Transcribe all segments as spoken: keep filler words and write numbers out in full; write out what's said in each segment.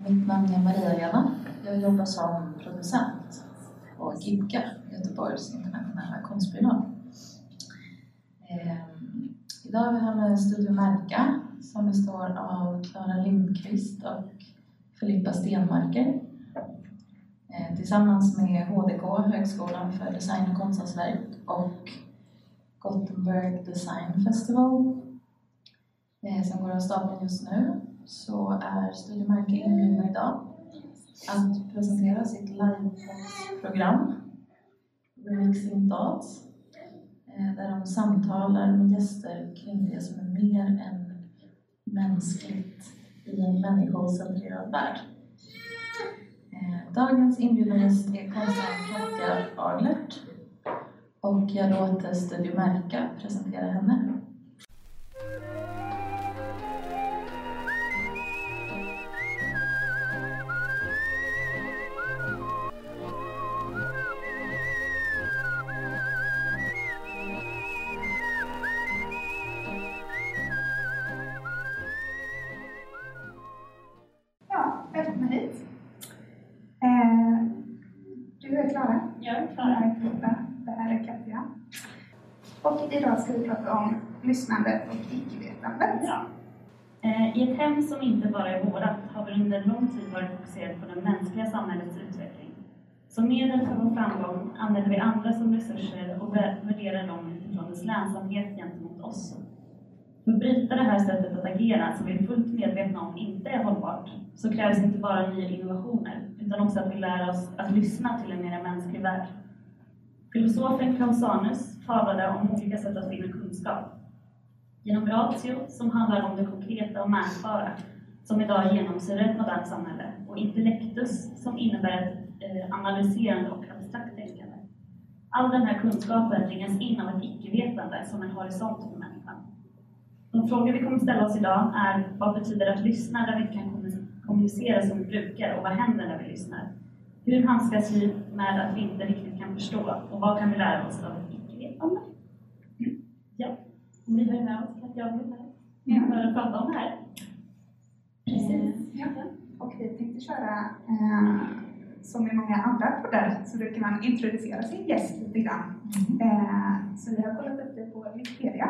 Mitt namn är Maria-Lena. Jag jobbar som producent på GIBCA, Göteborgs internationella konstbiennal. Eh, idag är vi här med Studio Merka som består av Clara Lindqvist och Filippa Stenmarker. Eh, tillsammans med H D K, Högskolan för design och konsthantverk, och Gothenburg Design Festival eh, som går av stapeln just nu, så är Studio Merka inbjudna idag att presentera sitt live-program Remixing Thoughts, eh, där de samtalar med gäster kring det som är mer än mänskligt i en människocentrerad värld. Eh, dagens inbjudna gäst är konstnären Katja Aglert, och jag låter Studio Merka presentera henne. Välkommen hit. Eh, du är Klara. Jag är Klara. Jag är Filippa. Det här är Katja. Och idag ska vi prata om lyssnande och icke-vetandet. Ja. Eh, I ett hem som inte bara är vårat har vi under lång tid varit fokuserat på det mänskliga samhällets utveckling. Som medel för vår framgång använder vi andra som resurser och värderar dem utifrån dess lönsamhet gentemot oss. För att bryta det här sättet att agera, som vi är fullt medvetna om inte är hållbart, så krävs inte bara nya innovationer, utan också att vi lär oss att lyssna till en mer mänsklig värld. Filosofen Pausanias talade om olika sätt att finna kunskap. Genom ratio, som handlar om det konkreta och mätbara, som idag genomsyrar ett modernt samhälle, och intellektus, som innebär ett eh, analyserande och abstrakt tänkande. All den här kunskapen ringas in av ett icke-vetande som en horisont för människan. De frågor vi kommer ställa oss idag är: vad betyder att lyssna där vi inte kan kommunicera som vi brukar, och vad händer när vi lyssnar? Hur handskas vi med att vi inte riktigt kan förstå, och vad kan vi lära oss av ett icke-vetande? Mm. Ja, och vi har ju med oss Katja Aglert här. Ja. För att prata om det här. Precis. Ja. Och vi tänkte köra eh, som i många andra poddar, så brukar man introducera sin gäst lite grann. Mm. Eh, så vi har kollat upp det på Wikipedia.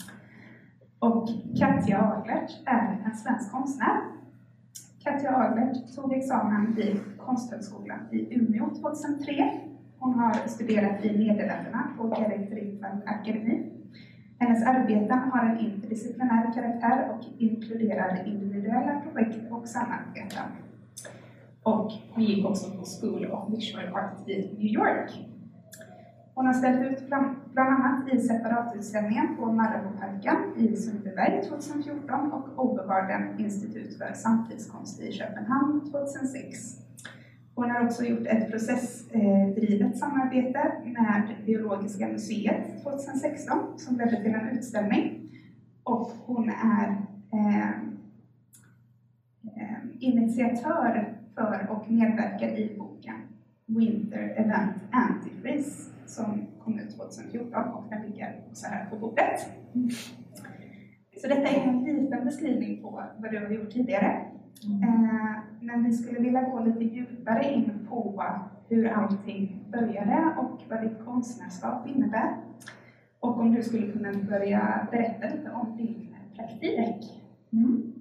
Och Katja Aglert är en svensk konstnär. Katja Aglert tog examen vid Konsthögskolan i Umeå tjugohundratre. Hon har studerat i Nederländerna på Gerrit Rietveld Akademi. Hennes arbeten har en interdisciplinär karaktär och inkluderar individuella projekt och samarbeten. Och hon gick också på School of Visual Art i New York. Hon har ställt ut bland, bland annat i separatutställningen på Marabouparken i Sundbyberg tjugohundrafjorton och Obergarden Institut för samtidskonst i Köpenhamn tjugohundrasex. Hon har också gjort ett processdrivet samarbete med Biologiska museet tjugohundrasexton som ledde till en utställning. Och hon är eh, eh, initiatör för och medverkar i boken Winter Event Antifreeze som kom ut tjugohundrafjorton, och den ligger så här på bordet. Så detta är en liten beskrivning på vad du har gjort tidigare. Mm. Eh, men vi skulle vilja gå lite djupare in på hur allting började och vad ditt konstnärskap innebär. Och om du skulle kunna börja berätta lite om din praktik. Mm.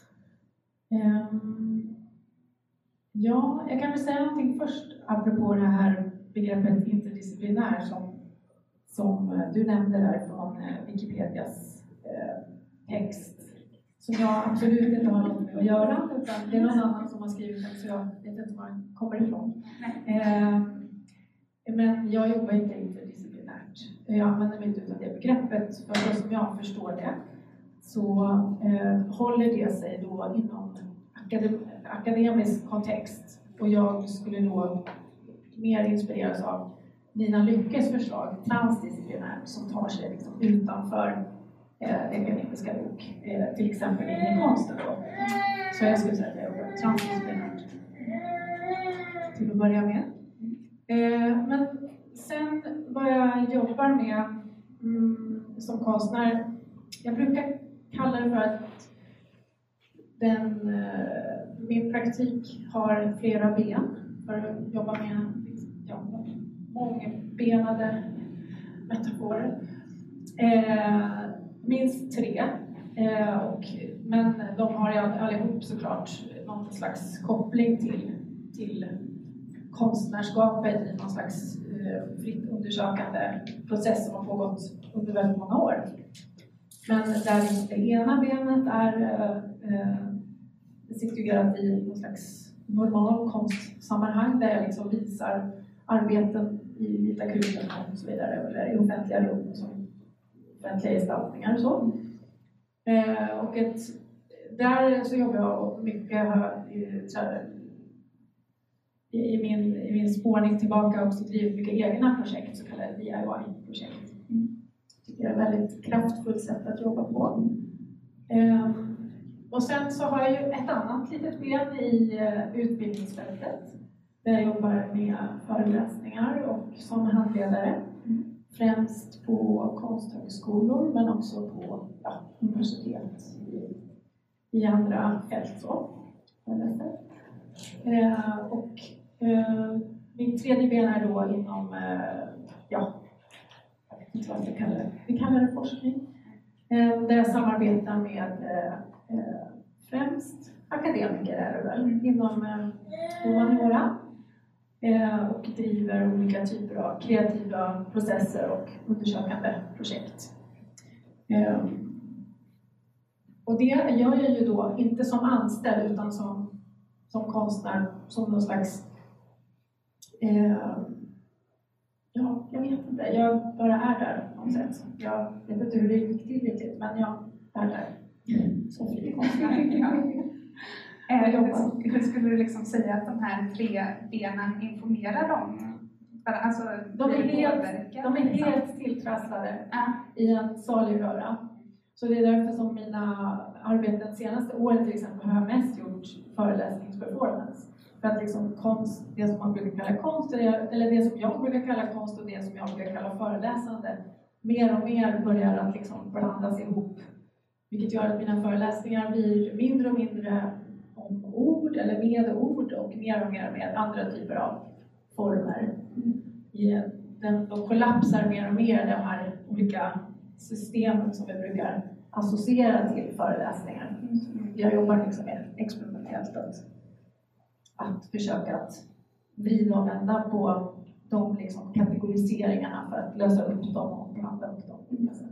Um, ja, jag kan väl säga någonting först apropå det här begreppet interdisciplinär som, som du nämnde där från Wikipedias eh, text. Som jag absolut inte har något med att göra, utan det är någon annan som har skrivit den, så jag vet inte var den kommer ifrån. Eh, men jag jobbar inte interdisciplinärt. Jag använder mig inte av det begreppet, för så som jag förstår det så eh, håller det sig då inom akadem akademisk kontext. Och jag skulle då mer inspireras av Nina Lyckes förslag, transdisciplinärt, som tar sig liksom utanför eh, det akademiska bok, eh, till exempel i konsten då. Så jag skulle säga att jag jobbar transdisciplinärt till att börja med. Eh, men sen vad jag jobbar med mm, som konstnär, jag brukar kalla det för att den eh, min praktik har flera ben för att jobba med ja, mångbenade metaforer. Eh, minst tre. Eh, och, men de har allihop såklart någon slags koppling till, till konstnärskapet i någon slags eh, fritt undersökande process som har pågått under väldigt många år. Men där det ena benet är eh, situerat i någon slags normal konstsammanhang där jag liksom visar arbeten i vita krutan och så vidare, eller i offentliga rum som offentliga gestaltningar och så. Eh, och ett, där så jobbar jag mycket i, i, min, i min spårning tillbaka också drivit mycket egna projekt, så kallade D I Y-projekt. Mm. Det är ett väldigt kraftfullt sätt att jobba på. Eh, och sen så har jag ju ett annat litet ben i eh, utbildningsfältet där jag jobbar med föreläsningar och som handledare. Mm. Främst på konsthögskolor men också på ja, universitet i, i andra fält. Så. Eh, och eh, min tredje ben är då inom, eh, ja, jag vet inte vad vi kallar det, vi kallar det forskning. Eh, där jag samarbetar med eh, främst akademiker är det väl, inom eh, humaniora. Eh, och driver olika typer av kreativa processer och undersökande projekt. Eh, och det gör jag ju då inte som anställd utan som, som konstnär, som någon slags eh, ja, jag vet inte, jag bara är där på något sätt. Jag vet inte hur det gick till riktigt, men jag är där som fri konstnär. Hur skulle du liksom säga att de här tre benen informerar dem? Alltså, de är helt, de är helt tilltrasslade ja. I en salig röra. Så det är därför som mina arbeten senaste året till exempel har jag mest gjort föreläsningsperformance. För att liksom konst, det som man brukar kalla konst, eller det som jag brukar kalla konst och det som jag brukar kalla föreläsande, mer och mer börjar att liksom blandas ihop. Vilket gör att mina föreläsningar blir mindre och mindre om ord eller med ord och mer och mer med andra typer av former. I, de, de kollapsar mer och mer de här olika systemen som vi brukar associera till föreläsningar. Jag jobbar liksom med experimentellt att, att försöka att vrida och vända på de liksom kategoriseringarna för att lösa upp dem och blanda upp dem på olika sätt.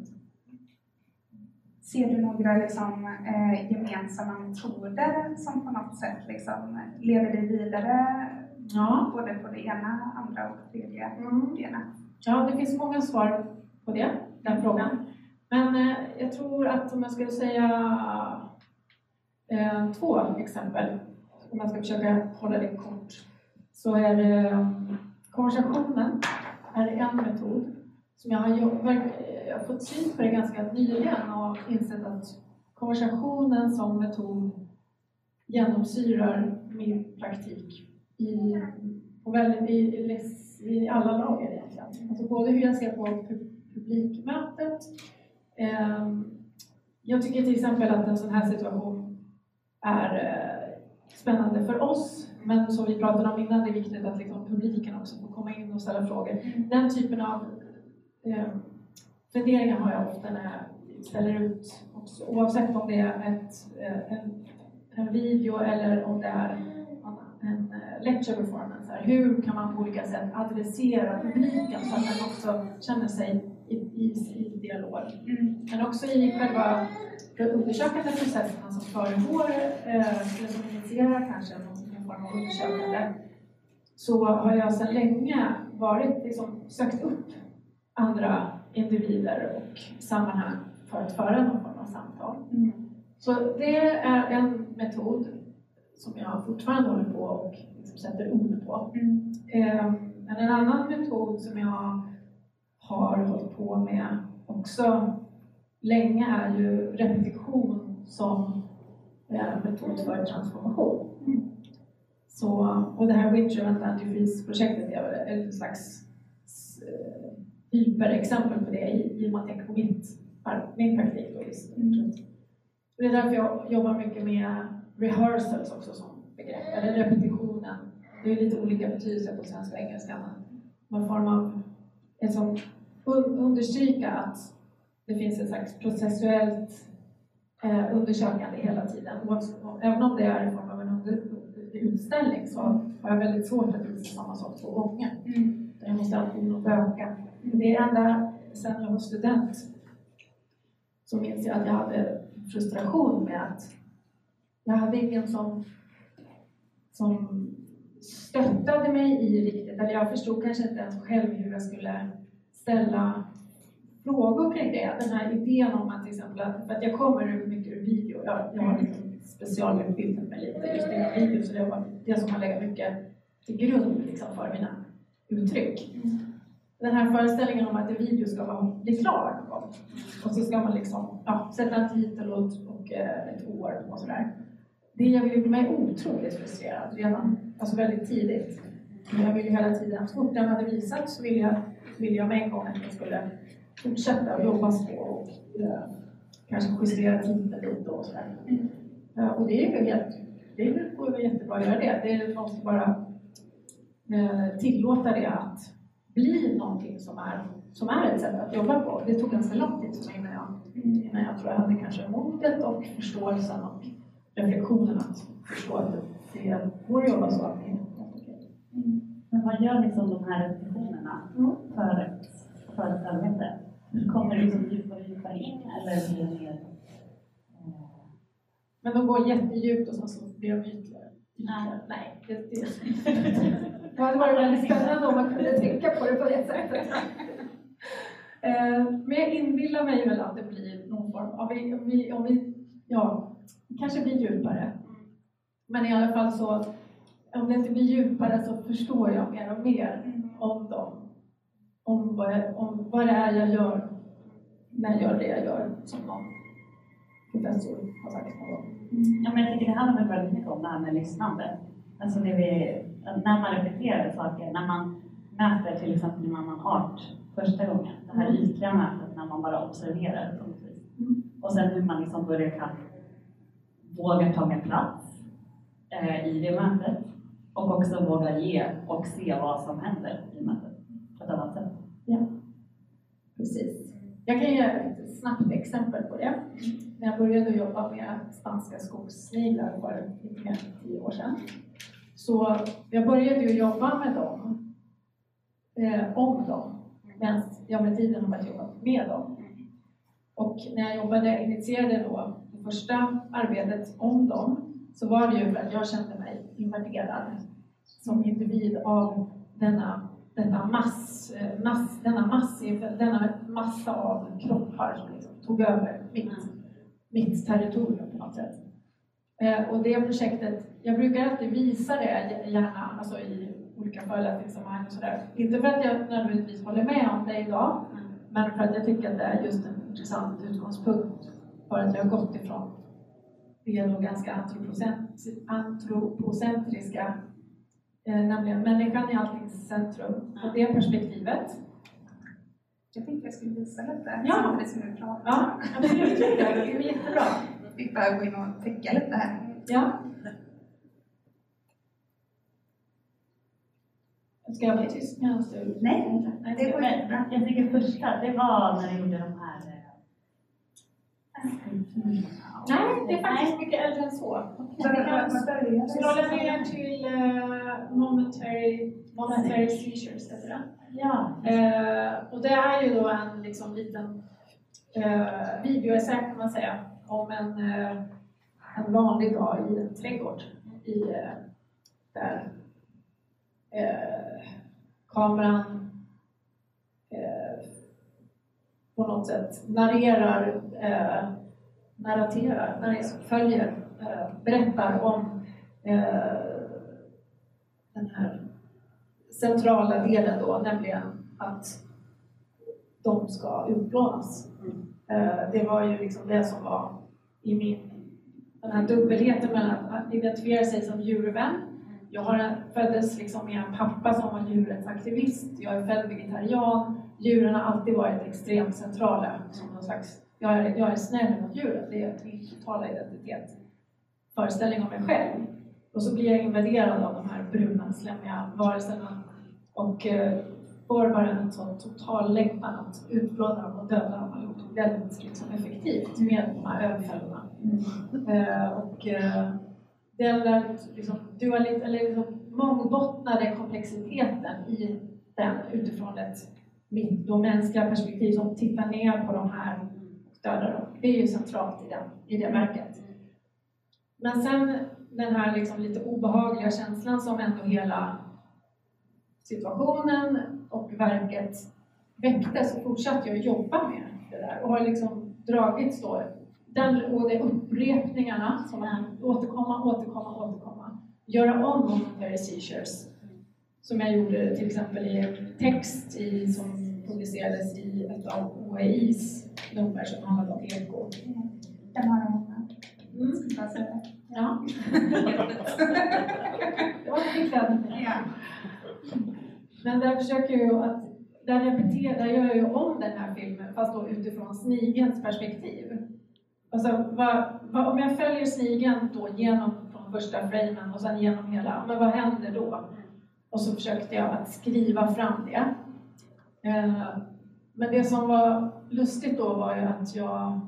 Ser du några liksom, eh, gemensamma metoder som på något sätt liksom leder dig vidare ja. Både på det ena, andra och tredje mm. benet? Ja, det finns många svar på det, den frågan. Men eh, jag tror att om jag skulle säga eh, två exempel, om man ska försöka hålla det kort, så är det eh, konversationen är en metod som jag har, jobbat, jag har fått syn på det ganska nyligen och insett att konversationen som metod genomsyrar min praktik i, på väldigt, i, i alla lager egentligen. Alltså både hur jag ser på publikmötet. Eh, jag tycker till exempel att en sån här situation är eh, spännande för oss, men som vi pratade om innan, det är viktigt att liksom, publiken också får komma in och ställa frågor. Mm. Den typen av eh, funderingar har jag ofta när jag ställer ut, också, oavsett om det är ett, en, en video eller om det är en lecture performance. Här. Hur kan man på olika sätt adressera publiken så att den också känner sig i, i, i dialog. Mm. Men också i själva undersökande processerna som föregår eh, eller som initierar kanske någon form av undersökande, så har jag sedan länge varit liksom, sökt upp andra individer och sammanhang för att föra någon form av samtal. Mm. Så det är en metod som jag fortfarande håller på och liksom sätter ord på. Mm. Eh, men en annan metod som jag har hållit på med också länge är ju repetition som eh, metod för transformation. Mm. Så, och det här Winter and Antifreeze-projektet är väl ett slags eh, hyperexempel på det i, i och med att jag tänker på mitt, min praktik. Då just. Mm. Det är därför jag jobbar mycket med rehearsals också som begrepp, eller repetitionen. Det är lite olika betydelser på svenska och engelska. Man får man liksom understryka att det finns ett slags processuellt eh, undersökande hela tiden. Och även om det är i form av en under, utställning så har jag väldigt svårt att visa samma sak två gånger. Mm. Jag måste alltid nog öka. Det är enda, sen jag var student så minns jag att jag hade frustration med att jag hade ingen som, som stöttade mig i riktigt. Eller jag förstod kanske inte ens själv hur jag skulle ställa frågor kring det. Den här idén om att till exempel, för att jag kommer mycket ur video. Jag, jag har liksom specialutbildat mig lite just i video, så det var det som har legat mycket till grund liksom, för mina uttryck. Mm. Den här föreställningen om att en video ska vara, bli klar och så ska man liksom, ja, sätta en titel och, och ett år och sådär. Det gjorde mig otroligt frustrerad redan, alltså väldigt tidigt. Men jag ville hela tiden, så fort den hade visat så ville jag, ville jag med en gång att jag skulle fortsätta och jobba på och uh, kanske justera titeln lite och sådär. Mm. Uh, och det är ju helt, det går ju jättebra att göra det. Det är, man måste bara uh, tillåta det att bli någonting som är, som är ett sätt att jobba på. Det tog ganska lång tid för mig innan jag, innan jag tror jag hade kanske modet och förståelsen och reflektionen att förstå att det går att jobba så. Mm. Men vad gör liksom de här repetitionerna mm. för, för ett arbete? Kommer det liksom djupare och djupare in eller blir det mer? Eh... Men de går jättedjupt och så blir de ytligare. Nej, Nej det, det. Det hade varit väldigt spännande om man kunde tänka på det på det sättet. eh, men jag inbillar mig väl att det blir någon form av, om vi, om vi, ja, kanske blir djupare. Men i alla fall så, om det inte blir djupare så förstår jag mer och mer om dem. Om vad, jag, om vad det är jag gör när jag gör det jag gör, som någon professor har sagt någon gång. Ja, men jag tycker det handlar väldigt mycket om det här med lyssnande. Alltså det vi, när man repeterar saker, när man möter till exempel en annan art första gången. Det här ytliga mötet när man bara observerar på något vis. Mm. Och sen hur man liksom börjar kan våga ta med plats eh, i det mötet. Och också våga ge och se vad som händer i mötet på ett annat sätt. Ja, precis. Jag kan ge ett snabbt exempel på det. När jag började jobba med spanska skogssniglar för lite mer än tio år sedan. Så jag började ju jobba med dem, eh, om dem, medan jag med tiden har börjat jobba med dem. Och när jag jobbade, initierade då det första arbetet om dem, så var det ju för att jag kände mig invaderad som individ av denna, denna, mass, mass, denna, massiv, denna massa av kroppar som liksom tog över mitt, mitt territorium på något sätt. Eh, och det projektet, jag brukar alltid visa det gärna alltså i olika föreläsningssammanhang och sådär. Inte för att jag nödvändigtvis håller med om det idag, mm. men för att jag tycker att det är just en intressant utgångspunkt för att jag har gått ifrån det då ganska antropocentriska, eh, nämligen människan i alltings centrum, och det perspektivet. Jag tänkte jag skulle visa lite ja. samtidigt som vi pratar. Ja, absolut. Det är jättebra. Vi fick bara gå in och täcka lite här. Ja. Ska jag bli tyst medan du? Nej, Nej det går jättebra. Jag tycker första, det var när du gjorde de här... Nej, det är faktiskt mycket äldre än så. Scrolla ner till uh, momentary, momentary seizures, heter det. Ja. Uh, och det är ju då en liksom, liten uh, videoessä kan man säga om en, uh, en vanlig dag i en trädgård i, uh, där uh, kameran uh, på något sätt narrerar uh, narraterar, när följer, äh, berättar om äh, den här centrala delen då, nämligen att de ska utplånas. Mm. Äh, det var ju liksom det som var i min, den här dubbelheten mellan att identifiera sig som djurvän. Jag har en, föddes liksom med en pappa som var djurens aktivist, jag är född vegetarian, djuren har alltid varit extremt centrala som någon slags Jag är, jag är snäll mot djuret, det är min totala identitet. Föreställning om mig själv. Och så blir jag invaderad av de här bruna, slemmiga varelserna. Och eh, får bara en sån total längtan att utplåna dem och döda dem. Och gjort väldigt liksom, effektivt med de här överfällorna. Mm. Eh, och eh, den där liksom, dualit, eller liksom, mångbottnade komplexiteten i den utifrån ett mitt då mänskliga perspektiv som tittar ner på de här och dödar dem. Det är ju centralt i, den, i det verket. Men sen den här liksom lite obehagliga känslan som ändå hela situationen och verket väckte, så fortsatte jag jobba med det där och har liksom dragits då den, och de upprepningarna som man återkomma, återkomma, återkomma. Göra om momentary seizures som jag gjorde till exempel i en text i, som publicerades i ett av O E I's nummer som handlade om eko. Den har jag många. Mm. Ska jag säga. Ja. Det var en klädd. Ja. Men där försöker jag ju att, där repeterar, där gör jag ju om den här filmen fast då utifrån snigelns perspektiv. Alltså, vad, vad, om jag följer snigeln då genom från första framen och sen genom hela, men vad händer då? Och så försökte jag att skriva fram det. Eh, men det som var lustigt då var ju att jag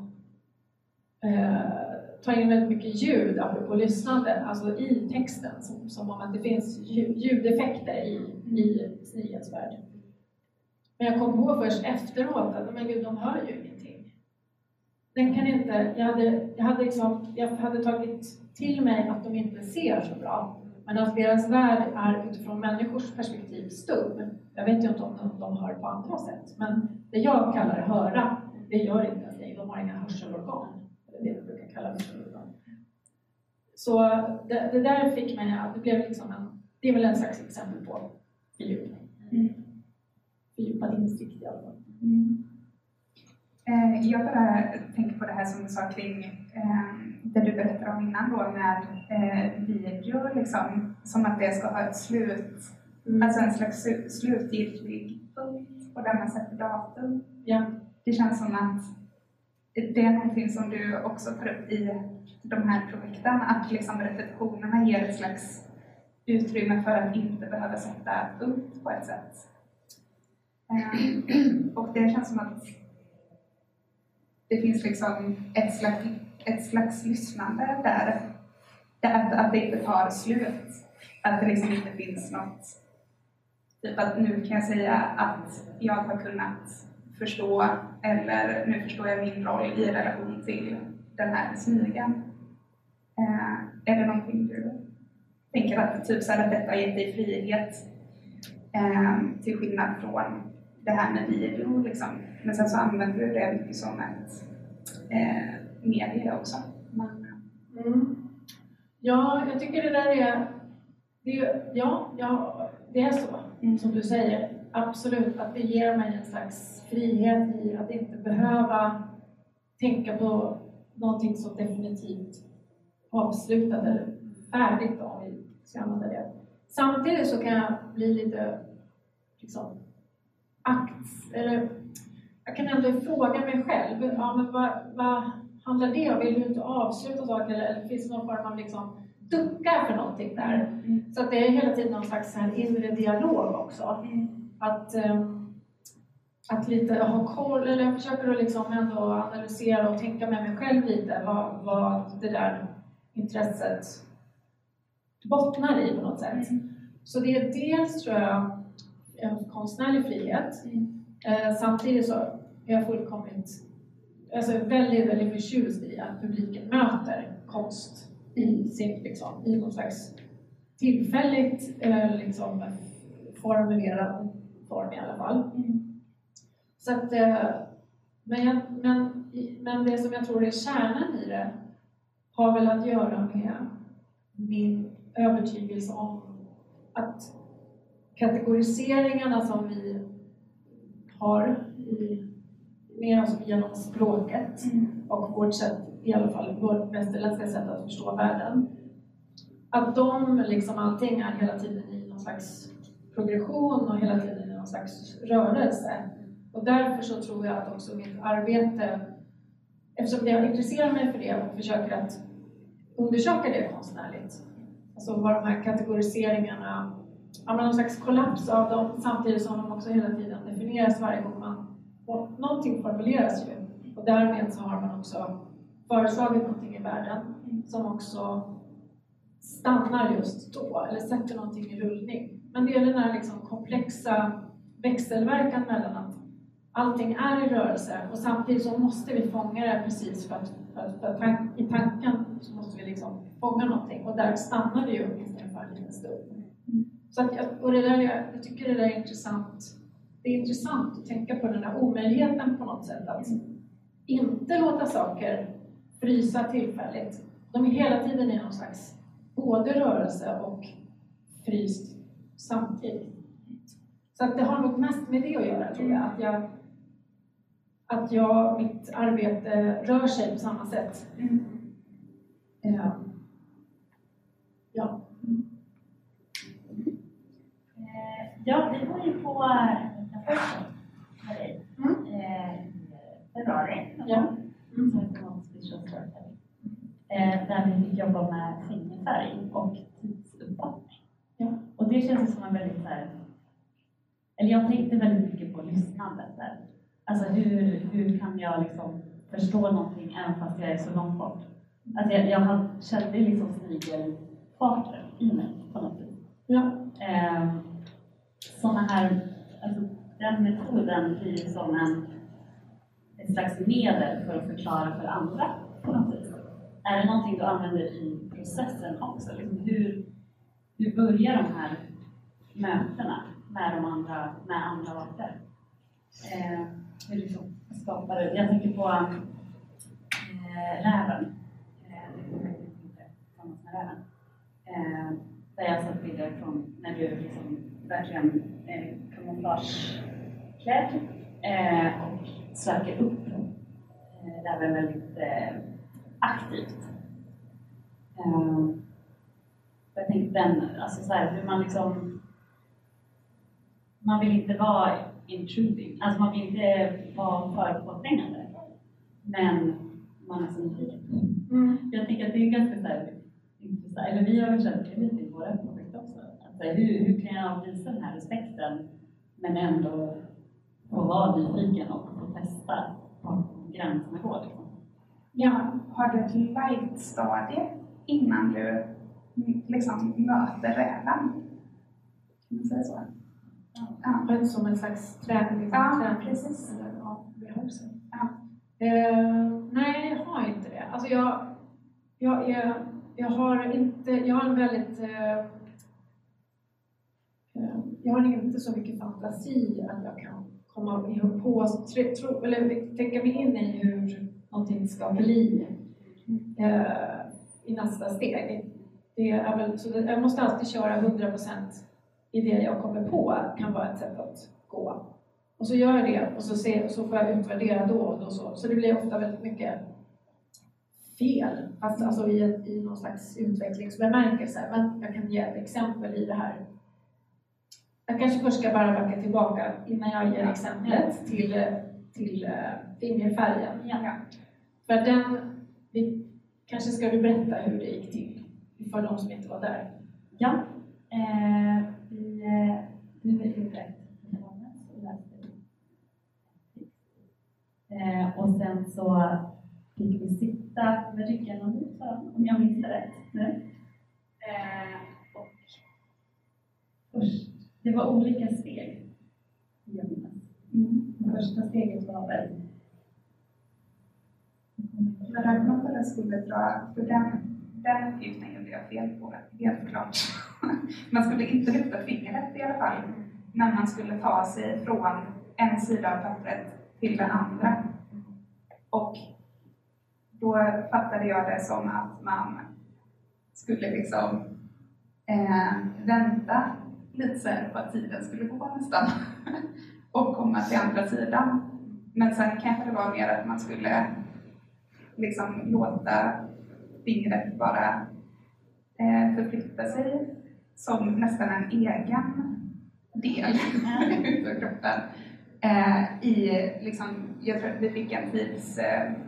eh, tar in väldigt mycket ljud apropå lyssnande, alltså i texten, som, som om att det finns ljudeffekter i, i snigelns värld. Men jag kom på först efteråt att men gud, de hör ju ingenting. Den kan inte, jag hade, jag hade, liksom, jag hade tagit till mig att de inte ser så bra. Men att deras värld är utifrån människors perspektiv stum. Jag vet ju inte om de, de hör på andra sätt. Men det jag kallar höra, det gör inte ens det. De har inga hörselorgan. Det är det vi brukar kalla hörselorgan. Så det, det där fick mig att det blev liksom en, det är väl en slags exempel på fördjupning. Mm. Fördjupad insikt i alla fall. Mm. Eh, jag bara tänker på det här som du sa kring eh, det du berättade om innan då med eh, video, liksom, som att det ska ha ett slut, mm. alltså en slags slutgiltig punkt och där man sätter datum. Ja. Det känns som att det är någonting som du också tar upp i de här projekten, att liksom repetitionerna ger ett slags utrymme för att inte behöva sätta punkt på ett sätt. Eh, och det känns som att det finns liksom ett slags, ett slags lyssnande där. Att, att det inte tar slut. Att det liksom inte finns något. Typ att nu kan jag säga att jag har kunnat förstå, eller nu förstår jag min roll i relation till den här snigeln. Eh, är det någonting du tänker att, typ så här, att detta har gett dig frihet eh, till skillnad från det här med video liksom. Men sen så använder du det mycket som ett eh, medie också. Man... Mm. Ja, jag tycker det där är, det är ja, ja, det är så mm. som du säger. Absolut, att det ger mig en slags frihet i att inte behöva tänka på någonting så definitivt avslutat eller färdigt om vi ska använda det. Samtidigt så kan jag bli lite liksom akt, eller jag kan ändå fråga mig själv, ja, men vad, vad handlar det om? Vill du inte avsluta saker eller, eller finns det någon form av liksom duckar för någonting där? Mm. Så att det är hela tiden någon slags här inre dialog också. Mm. Att, um, att lite ha koll, eller jag försöker att liksom ändå analysera och tänka med mig själv lite vad, vad det där intresset bottnar i på något sätt. Mm. Så det är dels, tror jag, en konstnärlig frihet. Mm. Eh, samtidigt så är jag fullkomligt, alltså väldigt, väldigt förtjust i att publiken möter konst i sin, liksom, i någon slags tillfälligt eh, liksom, formulerad form i alla fall. Mm. Så att, eh, men, jag, men, men det som jag tror är kärnan i det har väl att göra med min övertygelse om att kategoriseringarna som vi har i, med oss genom språket mm. och vårt sätt, i alla fall vårt västerländska sätt att förstå världen, att de liksom allting är hela tiden i någon slags progression och hela tiden i någon slags rörelse. Och därför så tror jag att också mitt arbete, eftersom jag intresserar mig för det och försöker att undersöka det konstnärligt, alltså var de här kategoriseringarna, ja, men någon slags kollaps av dem, samtidigt som de också hela tiden definieras varje gång man, och någonting formuleras ju. Och därmed så har man också föreslagit någonting i världen som också stannar just då, eller sätter någonting i rullning. Men det är den här liksom komplexa växelverkan mellan att allting är i rörelse och samtidigt så måste vi fånga det precis för att, för att, för att tank, i tanken så måste vi liksom fånga någonting och där stannar det ju åtminstone för en liten stund. Så att jag, och det där, jag, jag tycker det där är intressant. Det är intressant att tänka på den här omöjligheten på något sätt att inte låta saker frysa tillfälligt. De är hela tiden i någon slags både rörelse och fryst samtidigt. Så att det har nog mest med det att göra, tror jag. Att, jag, att jag, mitt arbete rör sig på samma sätt. Mm. Ja. Ja. Ja, vi var ju på den första med dig mm. eh, i februari. Ja. Mm. Eh, där vi fick jobba med fingerfärg och tidsuppfattning. Ja. Och det känns som en väldigt så här, eller jag tänkte väldigt mycket på lyssnandet där. Alltså hur, hur kan jag liksom förstå någonting även fast jag är så långt bort? Alltså jag, jag hade, kände liksom snigelfarter i mig på något vis. Ja. Eh, såna här, alltså den metoden blir som en, ett slags medel för att förklara för andra på något vis. Är det någonting du använder i processen också? Liksom hur, hur börjar de här mötena med de andra, med andra arter? Eh, hur liksom skapar det? Jag tänker på eh, räven. Eh, tillsammans med räven. Eh, där jag har sett bilder från när du liksom verkligen eh, kamouflageklädd eh, och söker upp eh, räven väldigt eh, aktivt. Uh, jag tänkte den, alltså så här, hur man liksom, man vill inte vara intruding, alltså man vill inte vara för påträngande, men man är så nyfiken. Mm. Jag tycker att det är ganska så här, intressant, eller vi har väl känt det lite i våra projekt också. Alltså, hur, hur kan jag visa den här respekten, men ändå få vara nyfiken och få testa var gränserna går liksom. Ja, har du ett light-stadie innan du liksom möter räven? Kan man säga så? Ja, ja. Som en slags träning. Liksom, ja, träning. Precis. Ja, rehearsal. Ja. Uh, nej, jag har inte det. Alltså jag, jag, är, jag har inte, jag har en väldigt, uh, uh, jag har inte så mycket fantasi att jag kan komma ihop på, tro, eller tänka mig in i hur någonting ska bli uh, i nästa steg. Det är väl, så det, jag måste alltid köra hundra procent i det jag kommer på, kan vara ett sätt att gå. Och så gör jag det och så, ser, så får jag utvärdera då och då så. Så det blir ofta väldigt mycket fel, fast alltså i, i någon slags utvecklingsbemärkelse. Men jag kan ge ett exempel i det här. Jag kanske först ska bara backa tillbaka innan jag ger exemplet till, till uh, fingerfärgen. Ja. För den, vi, kanske ska du berätta hur det gick till för de som inte var där. Ja, eh, vi, eh, vi var ute Eh, och sen så fick vi sitta med ryggen och nyta, om jag minns det rätt nu. Eh, och först, det var olika steg. Jag minns. Mm. Första steget var väl... Men att man bara skulle dra, för den, den uppgiften gjorde jag fel på, helt klart. Man skulle inte lyfta fingret i alla fall, men man skulle ta sig från en sida av pappret till den andra. Och då fattade jag det som att man skulle liksom eh, vänta lite så här på att tiden skulle gå nästan och komma till andra sidan. Men sen kanske det var mer att man skulle liksom låta fingret bara eh, förflytta sig som nästan en egen del utav kroppen. Eh, i, liksom, jag tror att vi fick en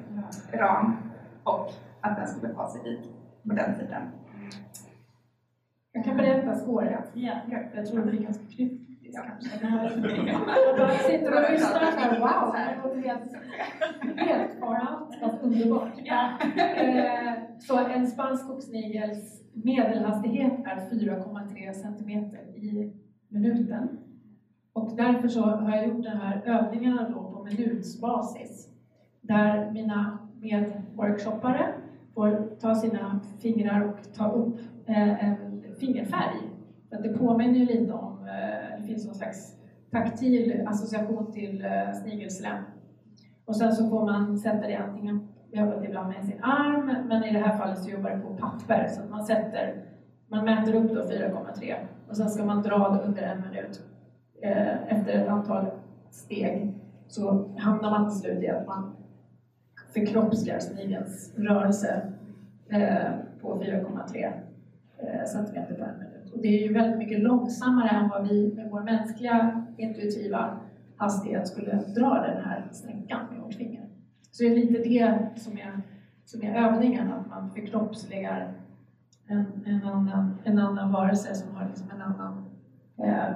tidsram eh, och att den skulle ta sig dit på den tiden. Jag kan berätta spåret. Ja. Jag tror det blir ganska kryptiskt Ja. kanske. Jag bara sitter och lyssnar så här, wow, det låter helt, helt far out, fast underbart. Ja. Eh, så en spansk skogsnigels medelhastighet är fyra komma tre centimeter i minuten. Och därför så har jag gjort de här övningarna då på minutsbasis. Där mina medworkshoppare får ta sina fingrar och ta upp eh, en fingerfärg. Så att det påminner ju lite om, eh, det finns någon slags taktil association till eh, snigelslem. Och sen så får man sätta det antingen, jag har jobbat ibland med sin arm, men i det här fallet så jobbar det på papper. Så att man sätter, man mäter upp då fyra komma tre och sen ska man dra det under en minut. Eh, efter ett antal steg så hamnar man till slut i att man förkroppsligar snigelns rörelse eh, på fyra komma tre eh, centimeter per minut. Och det är ju väldigt mycket långsammare än vad vi med vår mänskliga intuitiva hastighet skulle dra den här sträckan med vårt finger. Så det är lite det som är, som är övningen, att man förkroppsligar en, en, annan, en annan varelse som har liksom en annan eh,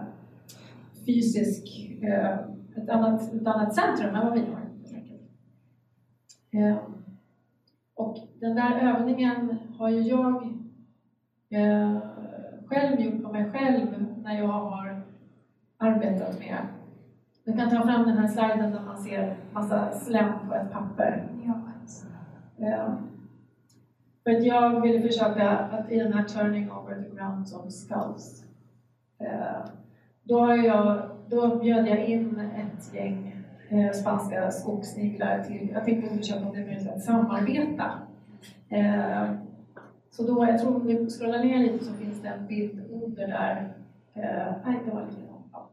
fysisk, eh, ett, annat, ett annat centrum än vad vi har. Eh, och den där övningen har ju jag eh, själv gjort på mig själv när jag har arbetat med. Du kan ta fram den här sliden där man ser massa slem på ett papper. Ja. Eh, för att jag ville försöka att i den här turning over the ground of skulls. Eh, då, har jag, då bjöd jag in ett gäng Eh, spanska skogssniglar till, jag tänkte försöka om det är möjligt att samarbeta. Eh, så då, jag tror om ni scrollar ner lite så finns det en bild under där. Eh, nej, det var lite ja.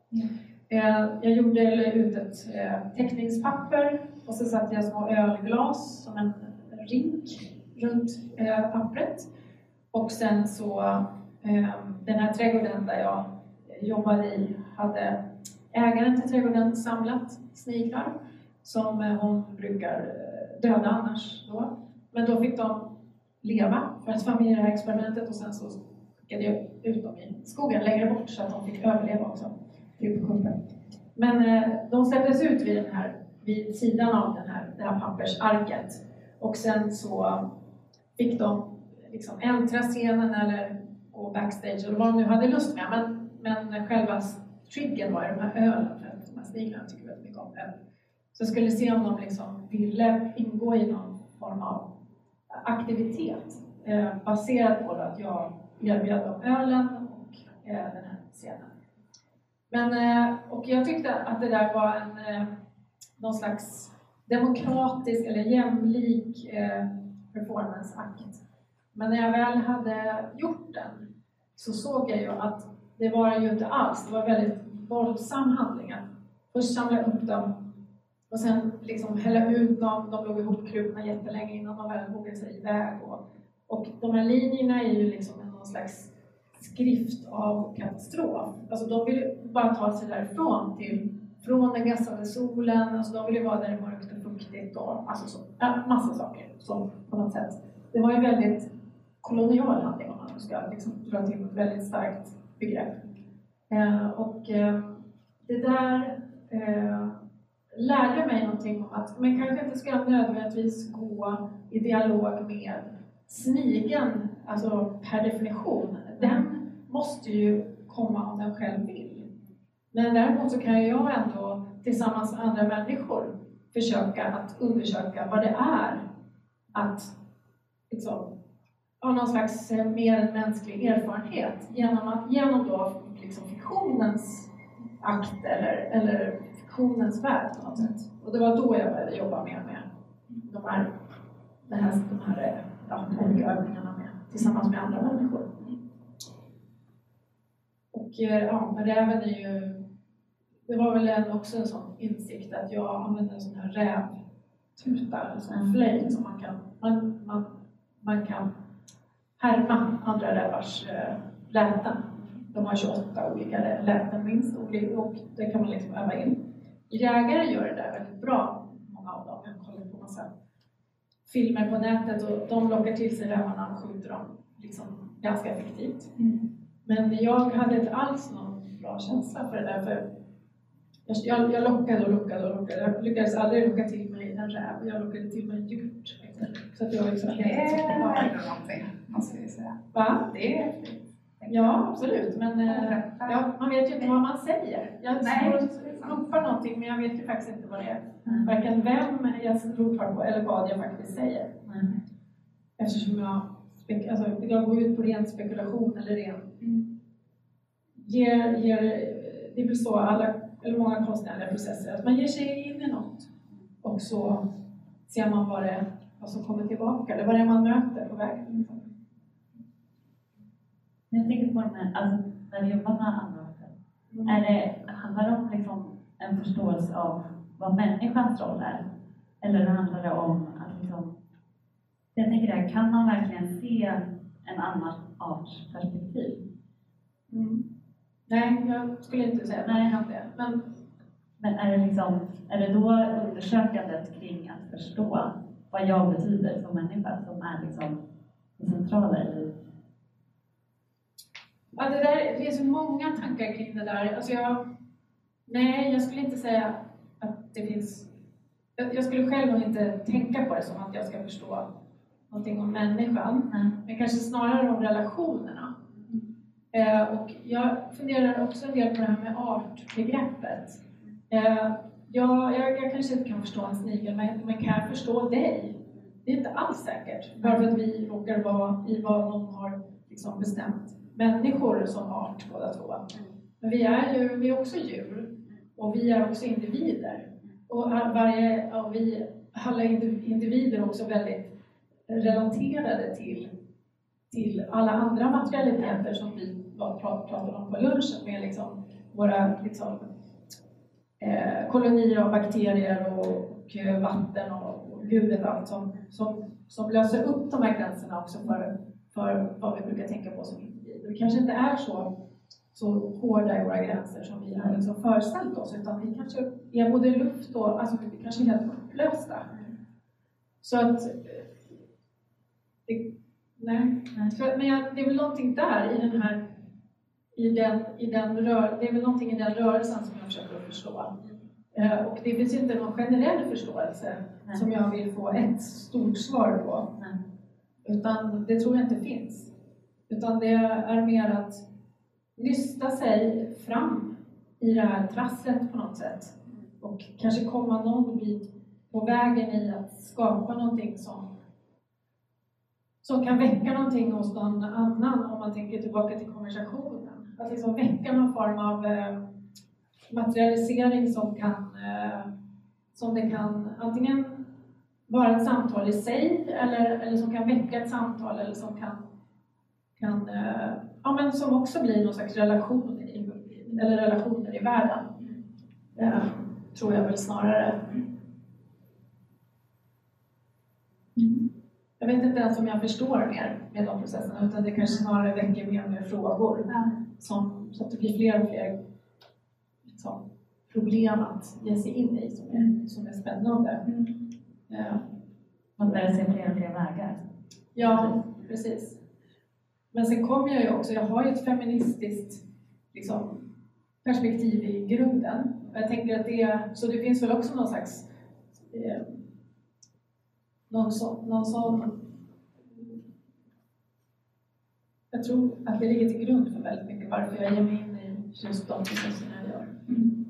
eh, Jag gjorde ut ett eh, teckningspapper och så satte jag små ölglas som en rink runt eh, pappret. Och sen så, eh, den här trädgården där jag jobbade i hade ägaren till trädgården samlat sniglar som hon brukar döda annars då. Men då fick de leva för att vara med i det här experimentet och sen så skickade jag ut dem i skogen längre bort så att de fick överleva också till kuppen. Men eh, de släpptes ut vid den här, vid sidan av den här, det här pappersarket och sen så fick de liksom äntra scenen eller gå backstage eller vad de nu hade lust med. Men, men själva triggen var de här ölen, för att de här sniglarna tycker väldigt mycket om öl. Så jag skulle se om de liksom ville ingå i någon form av aktivitet eh, baserat på att jag erbjöd dem ölen och eh, den här scenen. Men, eh, och jag tyckte att det där var en eh, någon slags demokratisk eller jämlik eh, performanceakt. Men när jag väl hade gjort den så såg jag ju att det var ju inte alls, det var väldigt våldsam handling. Först samla upp dem och sen liksom hälla ut dem, de låg ihopkrupna jättelänge innan de väl vågade sig iväg. Och, och de här linjerna är ju liksom någon slags skrift av katastrof. Alltså de vill ju bara ta sig därifrån till, från den gassade solen, alltså de vill ju vara där det är mörkt och fuktigt och alltså så, ja, massa saker som på något sätt. Det var ju väldigt kolonial handling om man ska liksom dra till ett väldigt starkt begrepp. Eh, och eh, det där eh, lärde mig någonting om att man kanske inte ska nödvändigtvis gå i dialog med snigeln, alltså per definition. Den måste ju komma om den själv vill. Men däremot så kan jag ändå tillsammans med andra människor försöka att undersöka vad det är att liksom, ha någon slags mer mänsklig erfarenhet genom, att, genom då, liksom, fiktionens akt eller, eller fiktionens värld på något sätt. Och det var då jag började jobba mer med de här, de här, de här ja, olika övningarna med, tillsammans med andra människor. Och ja, men räven är ju, det var väl en, också en sån insikt att jag använde en sån här rävtuta, en sån flöjt som man kan, man, man, man kan härma andra rävars äh, läten. De har tjugoåtta olika läten minst och det kan man liksom öva in. Jägare gör det där väldigt bra, många av dem. Jag kollar på massa filmer på nätet och de lockar till sig rävarna och skjuter dem liksom ganska effektivt. Mm. Men jag hade inte alls någon bra känsla för det där. För jag, jag lockade och lockade och lockade. Jag lyckades aldrig locka till mig en räv. Jag lockade till mig en hjort. Så att jag liksom det är ändå någonting, måste vi säga. Va? Det är häftigt. Ja, absolut. Men eh, ja, man vet ju inte vad man säger. Jag ropar någonting, men jag vet ju faktiskt inte vad det är. Mm. Varken vem jag ropar på eller vad jag faktiskt säger. Mm. Eftersom jag, alltså, jag går ut på ren spekulation eller ren. Mm. Ger, ger, det är väl så alla, eller många konstnärliga processer, att man ger sig in i något. Och så ser man vad, det, vad som kommer tillbaka, eller vad det är man möter på vägen. Jag tänker på det med, alltså, när vi jobbar med andra arter. Mm. Är det, handlar det om liksom en förståelse av vad människans roll är? Eller handlar det om att liksom, jag tänker där, kan man verkligen se en annan arts perspektiv? Mm. Nej, jag skulle inte säga att man kan det. Men, men är det liksom, är det då undersökandet kring att förstå vad jag betyder som människa som är liksom det centrala i? Ja, det där, det finns så många tankar kring det där. Alltså jag, nej, jag skulle inte säga att det finns... Jag, jag skulle själv nog inte tänka på det som att jag ska förstå någonting om människan. Mm. Men kanske snarare om relationerna. Mm. Eh, och jag funderar också en del på det här med artbegreppet. Eh, jag, jag, jag kanske inte kan förstå en snigel, men, men kan jag förstå dig? Det är inte alls säkert. Bara för att vi råkar vara i vad någon har liksom bestämt. Människor som art båda två. Men vi är ju vi är också djur. Och vi är också individer. Och varje av vi, alla individer är också väldigt relaterade till, till alla andra materialiteter som vi pratade om på lunchen. Med liksom våra liksom, eh, kolonier av bakterier och, och vatten och, och gud vet allt som, som, som löser upp de här gränserna också för, för vad vi brukar tänka på som individer. Vi kanske inte är så, så hårda i våra gränser som vi har liksom föreställt oss, utan vi kanske är både luft och alltså vi kanske är helt upplösta. Så att det, nej, för, men jag, det är väl någonting där i den här i den, i den rör, det är väl någonting i den rörelsen som jag försöker förstå. Uh, och det finns inte någon generell förståelse nej. Som jag vill få ett stort svar på. Nej. Utan det tror jag inte finns. Utan det är mer att nysta sig fram i det här trasslet på något sätt. Och kanske komma någon bit på vägen i att skapa någonting som, som kan väcka någonting hos någon annan, om man tänker tillbaka till konversationen. Att liksom väcka någon form av eh, materialisering som kan, eh, som det kan antingen vara ett samtal i sig, eller, eller som kan väcka ett samtal, eller som kan Kan, ja, men som också blir någon slags relation i, eller relationer i världen. Det tror jag väl snarare. Mm. Jag vet inte ens om jag förstår mer med de processerna, utan det kanske snarare väcker mer och mer frågor. Mm. Som, så att det blir fler och fler liksom, problem att ge sig in i som är, som är spännande. Mm. Ja. Man börjar se fler och fler vägar. Ja, precis. Men sen kommer jag ju också, jag har ju ett feministiskt liksom, perspektiv i grunden. Och jag tänker att det, så det finns väl också någon slags, eh, någon, så, någon sån, jag tror att det ligger till grund för väldigt mycket varför jag ger mig in i just de processerna jag gör. Mm.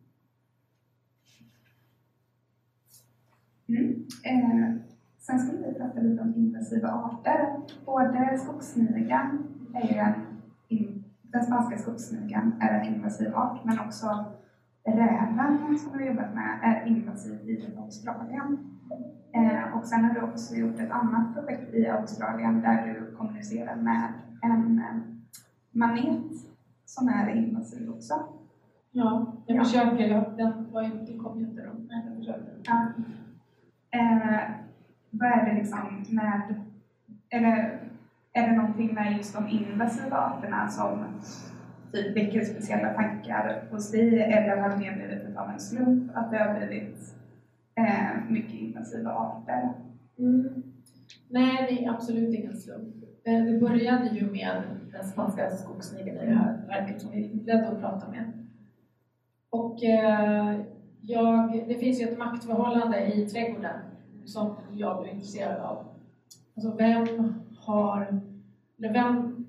Mm. Eh. Sen skulle vi prata lite om invasiva arter. Både skogssnigeln är ju en, in, den spanska skogssnigeln är en invasiv art, men också räven som vi har jobbat med är invasiv i Australien. Eh, och sen har du också gjort ett annat projekt i Australien där du kommunicerar med en eh, manet som är invasiv också. Ja, jag ja. försöker. Jag, den var ju inte kom inte då. Nej, jag försöker. Ja. Eh, Vad är det liksom med, eller är det någonting med just de invasiva arterna som typ väcker speciella tankar hos dig, eller har det mer blivit av en slump att det har blivit eh, mycket invasiva arter? Mm. Nej, det är absolut ingen slump. det började ju med den spanska skogssnigeln i det här verket som vi inledde att prata med. Och eh, jag, det finns ju ett maktförhållande i trädgården som jag är intresserad av. Alltså vem har, eller vem,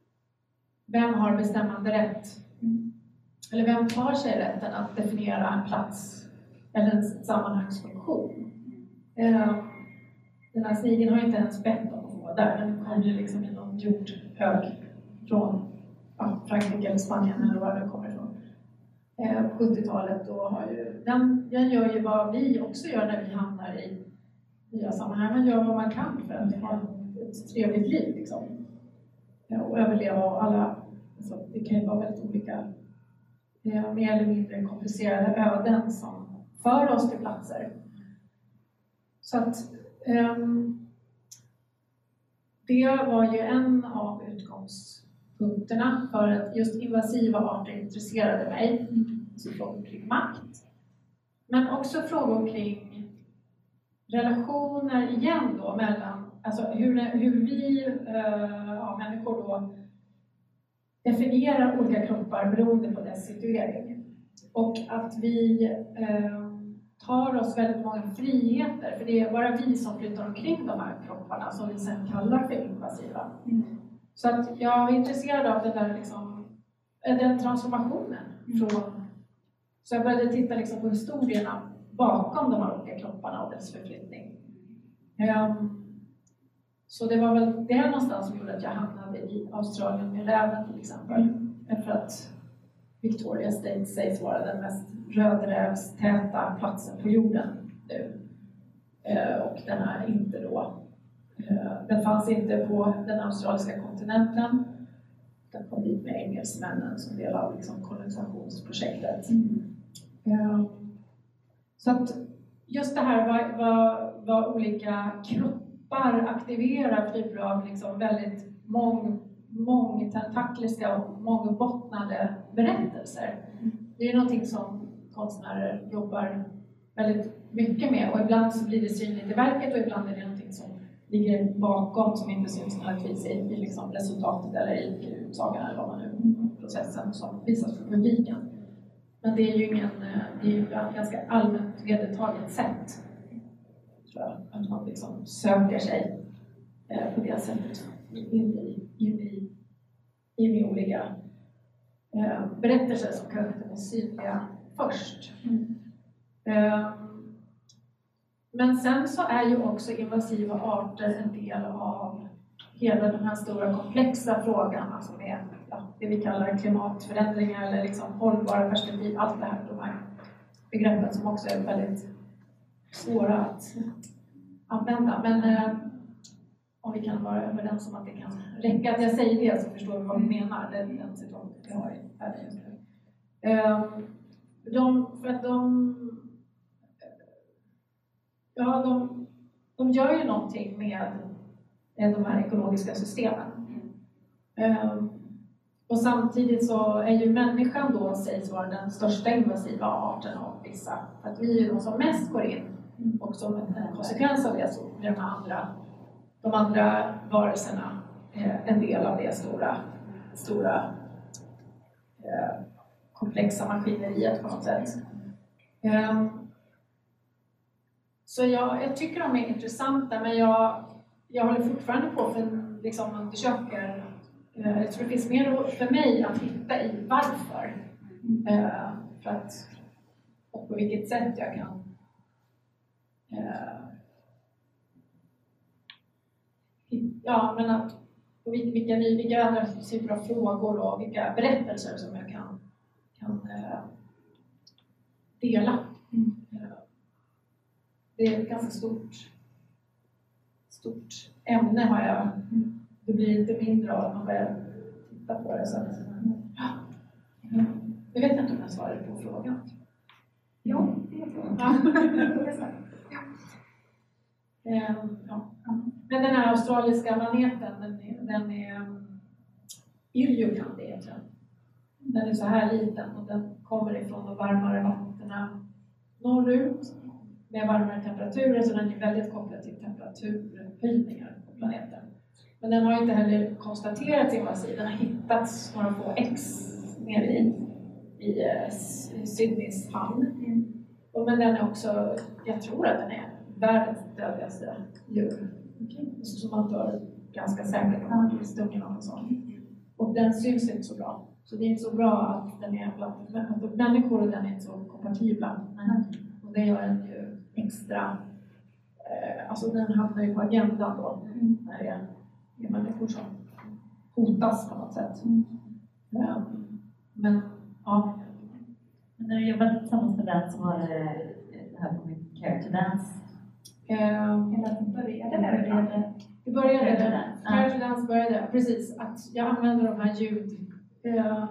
vem har bestämmande rätt? Eller vem tar sig rätten att definiera en plats eller en sammanhangsfunktion? Eh, den här snigeln har inte ens bett om att få vara där. Den kom ju liksom i någon jordhög från ja, Frankrike eller Spanien eller var det kommer ifrån. Eh, sjuttiotalet då har ju, den, den gör ju vad vi också gör när vi hamnar i nya sammanhang. Man gör vad man kan för att ha ett trevligt liv liksom. Ja, och överleva och alla, alltså, det kan ju vara väldigt olika eh, mer eller mindre komplicerade öden som för oss till platser. Så att um, det var ju en av utgångspunkterna för att just invasiva arter intresserade mig. Så frågor kring makt. Men också frågor kring relationer igen då mellan, alltså hur, hur vi uh, ja, människor då definierar olika kroppar beroende på dess situering. Och att vi uh, tar oss väldigt många friheter, för det är bara vi som flyttar omkring de här kropparna som vi sen kallar för invasiva. Mm. Så att jag är intresserad av den där liksom, den transformationen. Mm. Från, så jag började titta liksom på historierna bakom de här olika kropparna och dess förflyttning. Um, så det var väl det någonstans som gjorde att jag hamnade i Australien med räven till exempel. Mm. För att Victoria State sägs vara den mest rödrävstäta platsen på jorden nu. Eh, och den är inte då. Eh, den fanns inte på den australiska kontinenten. Den kom dit med engelsmännen som del av liksom kolonisationsprojektet. Mm. Eh, så att just det här vad, vad, vad olika kroppar aktiverar typer av liksom väldigt mång mångtentakliska och mångbottnade berättelser. Det är någonting som konstnärer jobbar väldigt mycket med, och ibland så blir det synligt i verket och ibland är det någonting som ligger bakom som inte syns nödvändigtvis i, i liksom resultatet eller i utsagan eller vad man nu, processen som visas för publiken. Men det är ju ingen, det är ju ett ganska allmänt vedertaget sätt, tror jag, att man liksom söker sig eh, på det sättet in i, in i, in i olika eh, berättelser som kanske inte är synliga först. Mm. Eh, men sen så är ju också invasiva arter en del av hela den här stora komplexa frågan, alltså med ja, det vi kallar klimatförändringar eller liksom hållbara perspektiv, allt det här, de här begreppen som också är väldigt svåra att använda. Men eh, om vi kan vara överens om att det kan räcka att jag säger det så förstår vi vad vi menar. Det är den situation vi har i världen just nu. De, för att de, ja, de, de gör ju någonting med de här ekologiska systemen. Och samtidigt så är ju människan då sägs vara den största invasiva arten av vissa. För att vi är ju de som mest går in, och som en konsekvens av det så blir de andra De andra varelserna är en del av det stora, stora eh, komplexa maskineriet på något sätt. Eh, så jag, jag tycker de är intressanta, men jag, jag håller fortfarande på för liksom undersöker. Eh, jag tror det finns mer för mig att hitta i varför. Eh, för att, och på vilket sätt jag kan eh, Ja, men att vilka, vilka andra typer av frågor och vilka berättelser som jag kan, kan eh, dela. Mm. Det är ett ganska stort, stort ämne har jag. Mm. Det blir inte mindre av att man börjar titta på det. Så att, ja. Jag vet inte om jag svarade på frågan. Jo, det tror jag. Ja. Ja. Men den här australiska planeten, den är, den är Iljukan, det heter den. Den är så här liten och den kommer ifrån de varmare vattnen norrut med varmare temperaturer, så den är väldigt kopplad till temperaturhöjningar på planeten. Men den har inte heller konstaterats invasiv. Den har hittats några få ex nere i, i, i Sydneys hamn. Mm. Och, men den är också, jag tror att den är världens dödligaste djur. Okay. Som man dör ganska säkert om man blir stungen av en sån. Och den syns inte så bra. Så det är inte så bra att den är bland människor och den är inte så kompatibla. Mm. Och det gör den ju extra, eh, alltså den hamnar ju på agendan då. Mm. När det är, det är människor som hotas på något sätt. Mm. Ja. Men, ja. Men när du jobbade tillsammans med den som var det här på mitt Care to Dance? Um, Eller att det började där det började. Det började där. Care to Dance började, precis. Att jag använder de här ljud. Uh,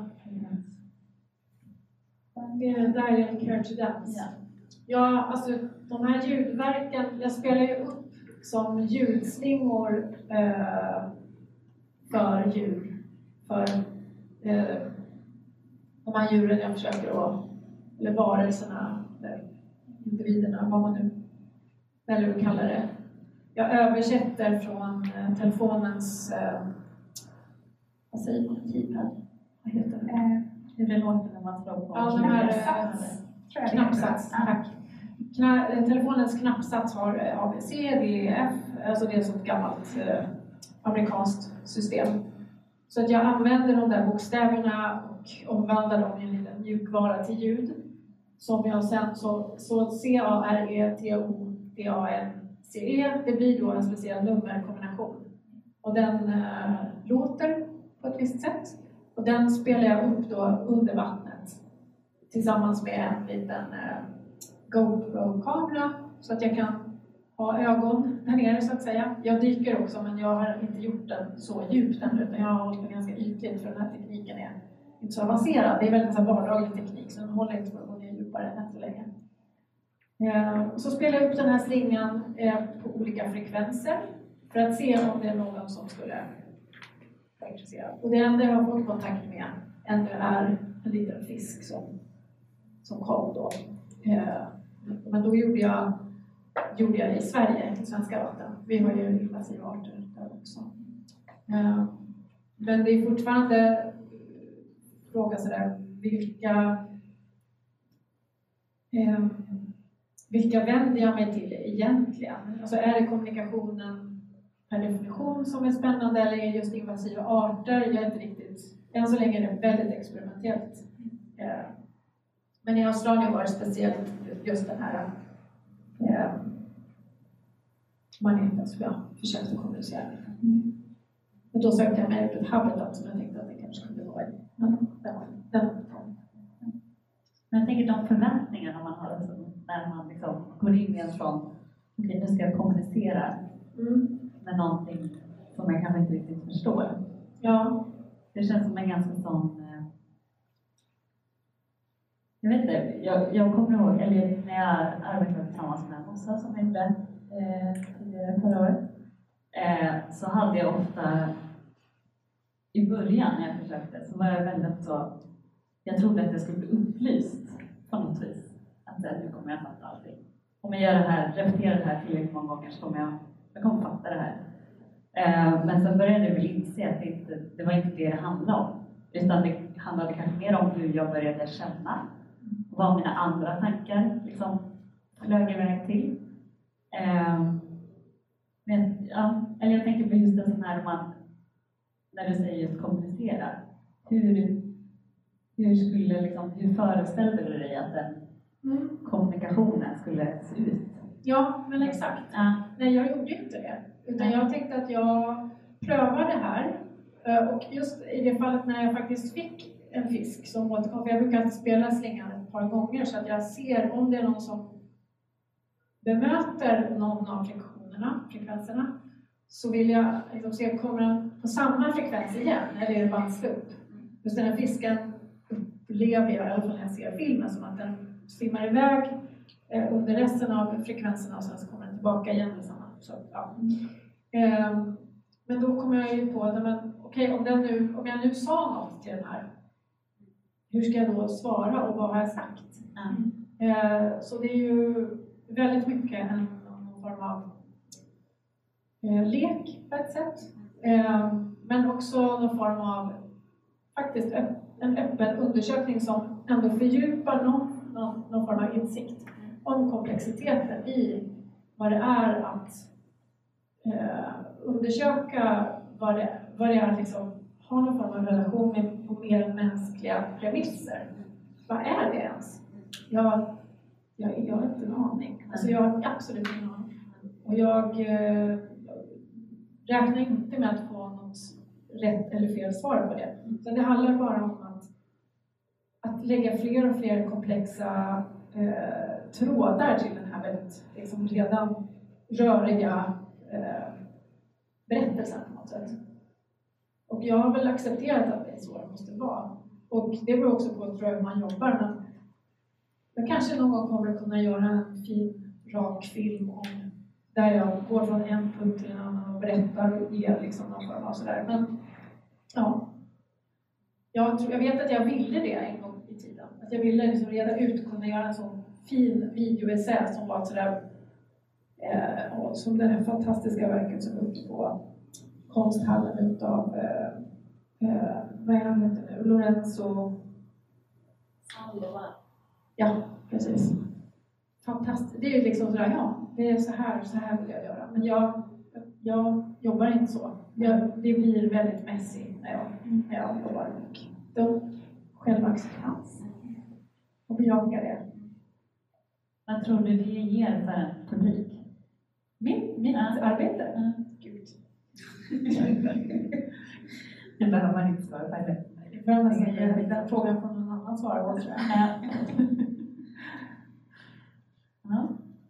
det är där är Care to Dance. Ja. Ja, alltså de här ljudverken, jag spelar ju upp som ljudslingor uh, för djur. För uh, de här djuren jag försöker att, eller varelserna, eller individerna, vad man nu väljer att kalla det. Jag översätter från eh, telefonens, eh, vad säger man, keypad? Vad heter det? Eh, hur det låter när man slår på ja, de här eh, knappsats. Tack. Kna, telefonens knappsats har A B C, D, E, F, alltså det är så ett gammalt eh, amerikanskt system. Så att jag använder de där bokstäverna och omvandlar dem i en liten mjukvara till ljud. Som jag sen, så, så C A R E T O D A N C E, det blir då en speciell nummerkombination. Och den eh, låter på ett visst sätt. Och den spelar jag upp då under vattnet. Tillsammans med en liten eh, GoPro-kamera. Så att jag kan ha ögon där nere så att säga. Jag dyker också, men jag har inte gjort den så djupt än, utan jag har hållit den ganska ytligt för den här tekniken är inte så avancerad. Det är väldigt så vardaglig teknik så den håller inte för att gå ner djupare än så länge. Eh, så spelar jag upp den här slingan eh, på olika frekvenser för att se om det är någon som skulle vara intresserad. Och det enda jag har fått kontakt med ännu är en liten fisk som, som kom då. Eh, men då gjorde jag gjorde jag i Sverige, i svenska vatten. Vi har ju invasiva arter där också. Uh, men det är fortfarande fråga sådär, vilka uh, vilka vänder jag mig till egentligen? Alltså är det kommunikationen per definition som är spännande eller är det just invasiva arter? Jag är inte riktigt, än så länge är det väldigt experimentellt. Uh, men i Australien var det speciellt just den här uh, maneten som jag försökte kommunicera med. Mm. Och då sökte jag mig ut ett habitat som jag tänkte att det kanske kunde vara i. Men den var den. Men jag tänker de förväntningarna man har alltså, när man liksom går in i en sån, okej okay, nu ska jag kommunicera mm. med någonting som jag kanske inte riktigt förstår. Ja. Det känns som en ganska sån, eh, jag vet inte, jag, jag kommer ihåg, eller när jag arbetade tillsammans med en mossa som hette Eh, tidigare förra året eh, så hade jag ofta i början när jag försökte så var jag väldigt så jag trodde att jag skulle bli upplyst på något vis att nu kommer jag fatta allting om jag gör det här, repeterar det här tillräckligt många gånger så kommer jag, jag kommer fatta det här eh, men sen började jag väl inse att det, inte, det var inte det det handlade om utan det handlade kanske mer om hur jag började känna vad mina andra tankar liksom flög iväg till. Um, men, ja, eller jag tänker på just det sån här man, när du säger just kommunicera. Hur, hur, skulle, liksom, hur föreställde du dig att den mm. kommunikationen skulle se ut? Ja, men exakt. Ja. Nej, jag gjorde inte det. Utan Nej. jag tänkte att jag prövade det här. Och just i det fallet när jag faktiskt fick en fisk som återkom. För jag brukar alltid spela slingan ett par gånger så att jag ser om det är någon som bemöter någon av frektionerna, frekvenserna, så vill jag liksom se, kommer den på samma frekvens igen eller är det bara en slump? Just den här fisken upplever jag, i alla fall när jag ser filmen, som att den simmar iväg eh, under resten av frekvenserna och sen så kommer den tillbaka igen med samma. Så, ja. eh, men då kommer jag ju på, men, okej, om, den nu, om jag nu sa något till den här, hur ska jag då svara och vad har jag sagt? Mm. Eh, så det är ju väldigt mycket en, någon form av eh, lek på ett sätt. Eh, men också någon form av faktiskt en öppen undersökning som ändå fördjupar någon, någon, någon form av insikt om komplexiteten i vad det är att eh, undersöka vad det, vad det är att liksom ha någon form av relation med på mer mänskliga premisser. Vad är det ens? Jag, jag, jag har inte en aning. Alltså jag har absolut ingen aning. Och jag eh, räknar inte med att få något rätt eller fel svar på det. Så det handlar bara om att, att lägga fler och fler komplexa eh, trådar till den här väldigt liksom, redan röriga eh, berättelsen på något sätt. Och jag har väl accepterat att det är så det måste vara. Och det beror också på tror jag, hur man jobbar. Men jag kanske någon gång kommer att kunna göra en fin, rak film om där jag går från en punkt till en annan och berättar och ger liksom någon form av sådär. Men ja, jag, tror, jag vet att jag ville det en gång i tiden. Att jag ville liksom reda ut och kunna göra en sån fin videoessä som var sådär eh, och som det här fantastiska verket som är uppe på konsthallen utav eh, eh, vad är han heter nu? Lorenzo Salva. Ja, precis. Fantastiskt. Det är ju liksom sådär, ja, det är så här, så här vill jag göra. Men jag, jag jobbar inte så. Jag, det blir väldigt messy när jag, när jag jobbar. Och då självacceptans. Och bejaka det. Vad tror du det ger för en publik? Min, mitt Ja. arbete? Mm. Gud. Det behöver man inte svara på det. Det behöver man säga den frågan från någon annan svara på, tror jag. Ja. Ja.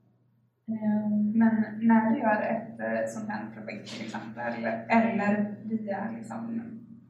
Men när du gör ett eh, sånt här projekt till exempel, eller via liksom,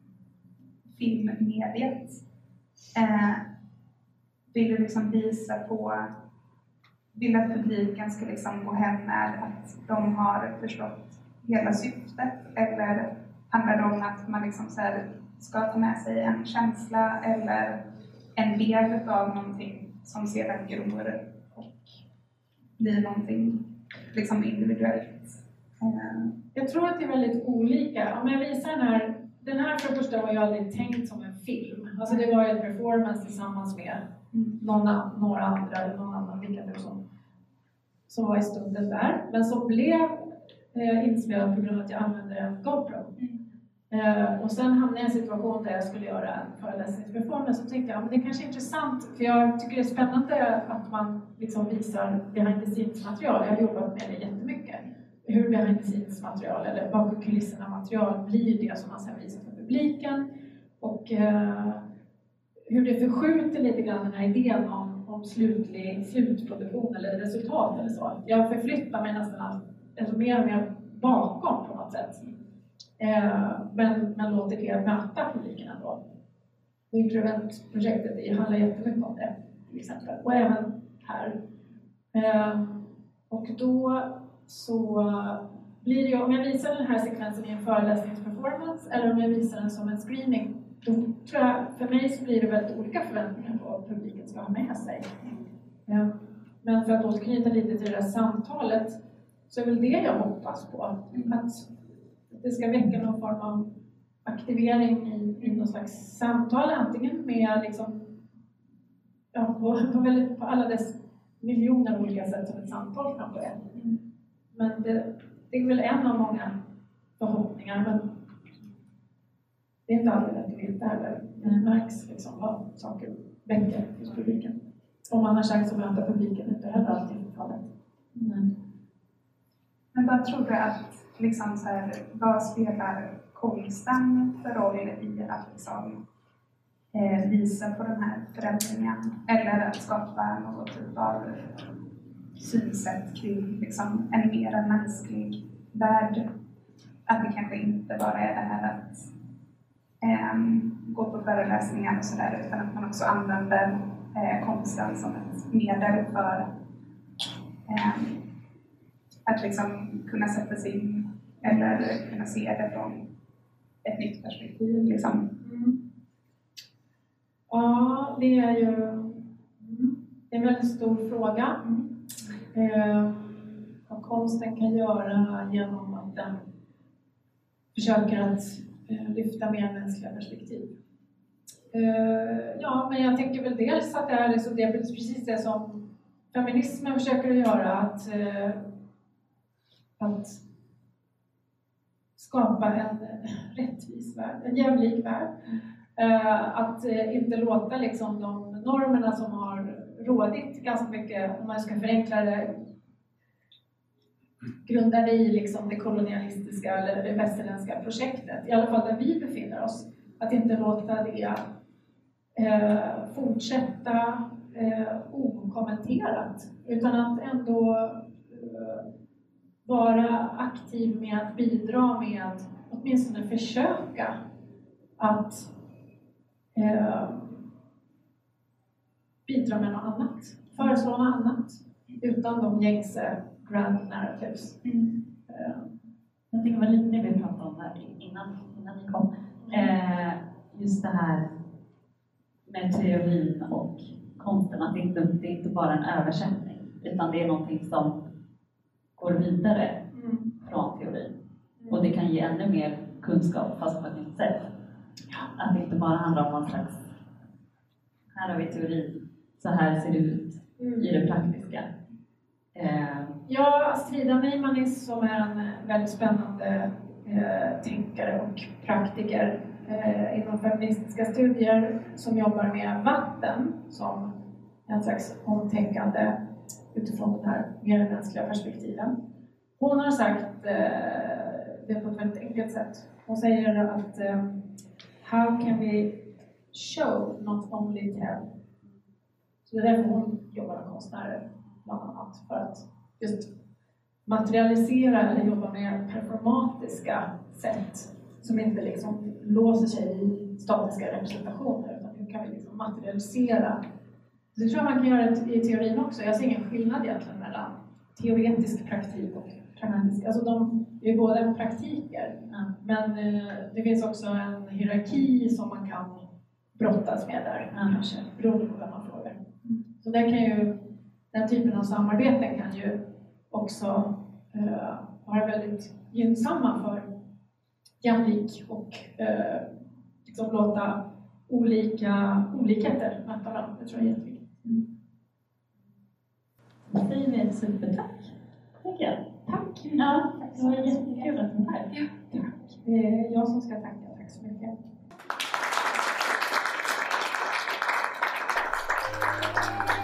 filmmediet, eh, vill du liksom visa på, vill att publiken ska liksom gå hem med att de har förstått hela syftet, eller handlar det om att man liksom så här ska ta med sig en känsla eller en del av någonting som sedan gror och blir någonting liksom individuellt? Eh. Jag tror att det är väldigt olika. Om jag visar den här, den här för det första var ju aldrig tänkt som en film. Alltså det var ju en performance tillsammans med någon, några andra eller någon annan, vilka nu som, som var i stunden där. Men som blev eh, inspelad på grund av att jag använde en GoPro. Mm. Eh, och sen hamnade jag i en situation där jag skulle göra en föreläsningsperformance och tänkte jag, men det är kanske är intressant, för jag tycker det är spännande att man liksom visar behind the scenes material. Jag har jobbat med det jättemycket. Hur behind the scenes material eller bakom kulisserna material blir det som man sen visar för publiken. Och eh, hur det förskjuter lite grann den här idén om, om slutlig, slutproduktion eller resultat eller så. Jag förflyttar mig nästan all, alltså mer och mer bakom på något sätt. Eh, men, men låter det möta publiken ändå. Och Intervent-projektet det handlar jättemycket om det till exempel. Och även här. Eh, och då så blir det ju, om jag visar den här sekvensen i en föreläsningsperformance eller om jag visar den som en screening, då tror jag, för mig så blir det väldigt olika förväntningar på vad publiken ska ha med sig. Ja. Men för att återknyta lite till det där samtalet så är väl det jag hoppas på. Att det ska väcka någon form av aktivering i, i någon slags samtal, antingen med liksom, ja, på, på, väldigt, på alla dess miljoner olika sätt som ett samtal kan börja. Men det, det är väl en av många förhoppningar, men det är inte alltid lätt att veta heller. Det märks liksom vad saker väcker hos publiken. Om man har chans att möta publiken, inte heller alltid fallet. Mm. Men vad tror du att, liksom så här, vad spelar konsten för roll i att liksom, eh, visa på den här förändringen? Eller att skapa något typ av synsätt kring liksom, en mer mänsklig värld? Att det kanske inte bara är det här att eh, gå på föreläsningar och sådär, utan att man också använder eh, konsten som ett medel för eh, att liksom kunna sätta sig in eller kunna se det från ett nytt perspektiv. Liksom. Mm. Ja, det är ju mm, det är en väldigt stor fråga. Mm. Eh, vad konsten kan göra genom att den försöker att eh, lyfta mer mänskliga perspektiv. Uh, ja, men jag tänker väl dels att det är, liksom, det är precis det som feminismen försöker göra, att, uh, att skapa en rättvis värld, en jämlik värld. Uh, att uh, inte låta liksom, de normerna som har rådit ganska mycket, om man ska förenkla det, grundade i liksom, det kolonialistiska eller det västerländska projektet, i alla fall där vi befinner oss, att inte låta det Eh, fortsätta eh, okommenterat, utan att ändå eh, vara aktiv med att bidra med att åtminstone försöka att eh, bidra med något annat, föreslå något annat utan de gängse grand narratives. Mm. Eh, jag tycker det var lite det vi pratade om där innan, innan ni kom. Eh, just det här med teorin och konsten, att det inte det är inte bara en översättning, utan det är någonting som går vidare mm. från teorin. Mm. Och det kan ge ännu mer kunskap, fast på ett nytt sätt. Ja. Att det inte bara handlar om någon slags, här har vi teorin, så här ser det ut mm. i det praktiska. Eh. Ja, Astrida Neimanis, som är en väldigt spännande eh, tänkare och praktiker Eh, inom feministiska studier, som jobbar med vatten som en slags omtänkande utifrån den här mer mänskliga perspektiven. Hon har sagt eh, det på ett väldigt enkelt sätt. Hon säger att eh, how can we show, not only tell? Så det är därför hon jobbar med konstnärer, bland annat, för att just materialisera eller jobba med performatiska sätt som inte liksom låser sig i statiska representationer, utan hur kan vi liksom materialisera. Så det tror jag man kan göra i teorin också. Jag ser ingen skillnad egentligen mellan teoretisk praktik och praktisk. Alltså de är ju båda praktiker, mm. men eh, det finns också en hierarki som man kan brottas med där, mm. kanske, beroende på vem man frågar. Mm. Så där kan ju, den typen av samarbeten kan ju också eh, vara väldigt gynnsamma för jämlik och eh, liksom låta olika olikheter möta varandra. Det tror jag är jätteviktigt. Mm. Då säger vi ett supertack. Tack igen. Tack. Ja, det var jättekul att du var här. Ja, tack. Det är jag som ska tacka. Tack så mycket.